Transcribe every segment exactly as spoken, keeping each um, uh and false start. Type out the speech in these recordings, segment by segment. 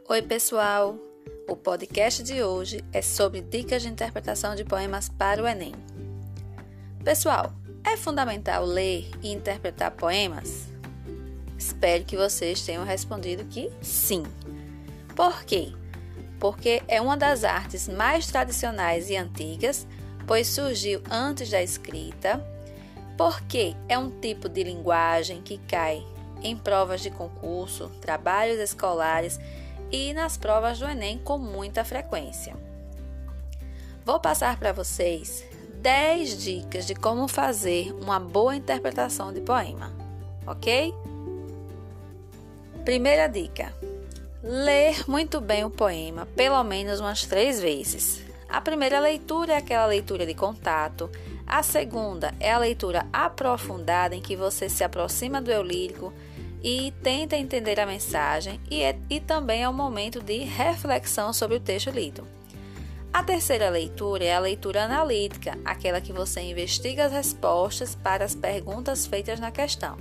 Oi, pessoal! O podcast de hoje é sobre dicas de interpretação de poemas para o Enem. Pessoal, é fundamental ler e interpretar poemas? Espero que vocês tenham respondido que sim. Por quê? Porque é uma das artes mais tradicionais e antigas, pois surgiu antes da escrita, porque é um tipo de linguagem que cai em provas de concurso, trabalhos escolares e nas provas do Enem com muita frequência. Vou passar para vocês dez dicas de como fazer uma boa interpretação de poema, ok? Primeira dica: ler muito bem o poema, pelo menos umas três vezes. A primeira leitura é aquela leitura de contato, a segunda é a leitura aprofundada em que você se aproxima do eu lírico e tenta entender a mensagem e, é, e também é um momento de reflexão sobre o texto lido. A terceira leitura é a leitura analítica, aquela que você investiga as respostas para as perguntas feitas na questão.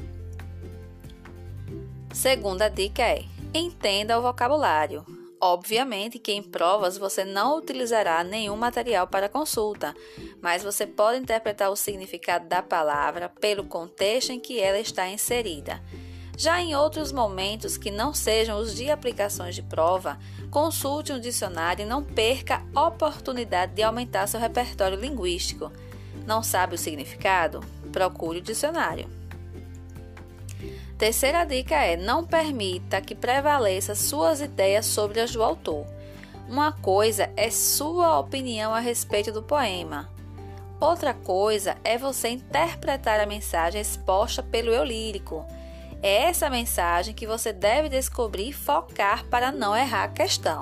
Segunda dica é: entenda o vocabulário. Obviamente que em provas você não utilizará nenhum material para consulta, mas você pode interpretar o significado da palavra pelo contexto em que ela está inserida. Já em outros momentos que não sejam os de aplicações de prova, consulte um dicionário e não perca a oportunidade de aumentar seu repertório linguístico. Não sabe o significado? Procure o dicionário. Terceira dica é: não permita que prevaleça suas ideias sobre as do autor. Uma coisa é sua opinião a respeito do poema. Outra coisa é você interpretar a mensagem exposta pelo eu lírico. É essa mensagem que você deve descobrir e focar para não errar a questão.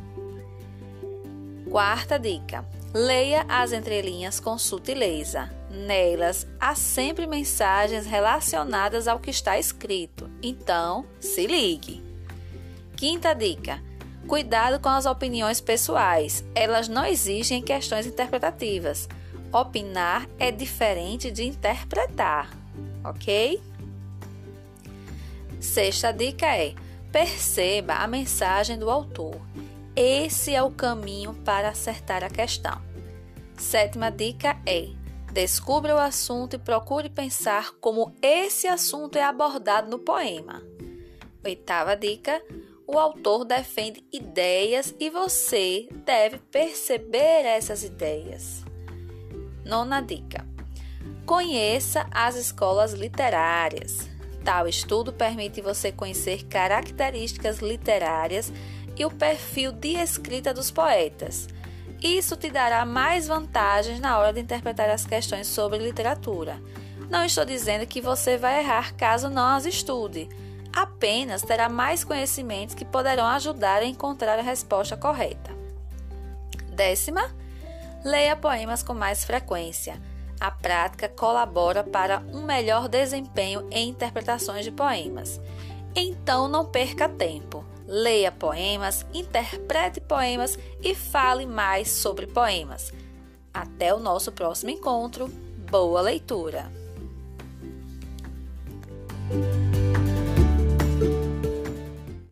Quarta dica: leia as entrelinhas com sutileza. Nelas há sempre mensagens relacionadas ao que está escrito, então se ligue. Quinta dica: cuidado com as opiniões pessoais, elas não existem em questões interpretativas. Opinar é diferente de interpretar, ok? Sexta dica é: perceba a mensagem do autor. Esse é o caminho para acertar a questão. Sétima dica é: descubra o assunto e procure pensar como esse assunto é abordado no poema. Oitava dica: o autor defende ideias e você deve perceber essas ideias. Nona dica: conheça as escolas literárias. Tal estudo permite você conhecer características literárias e o perfil de escrita dos poetas. Isso te dará mais vantagens na hora de interpretar as questões sobre literatura. Não estou dizendo que você vai errar caso não as estude. Apenas terá mais conhecimentos que poderão ajudar a encontrar a resposta correta. Décima: leia poemas com mais frequência. A prática colabora para um melhor desempenho em interpretações de poemas. Então não perca tempo. Leia poemas, interprete poemas e fale mais sobre poemas. Até o nosso próximo encontro. Boa leitura!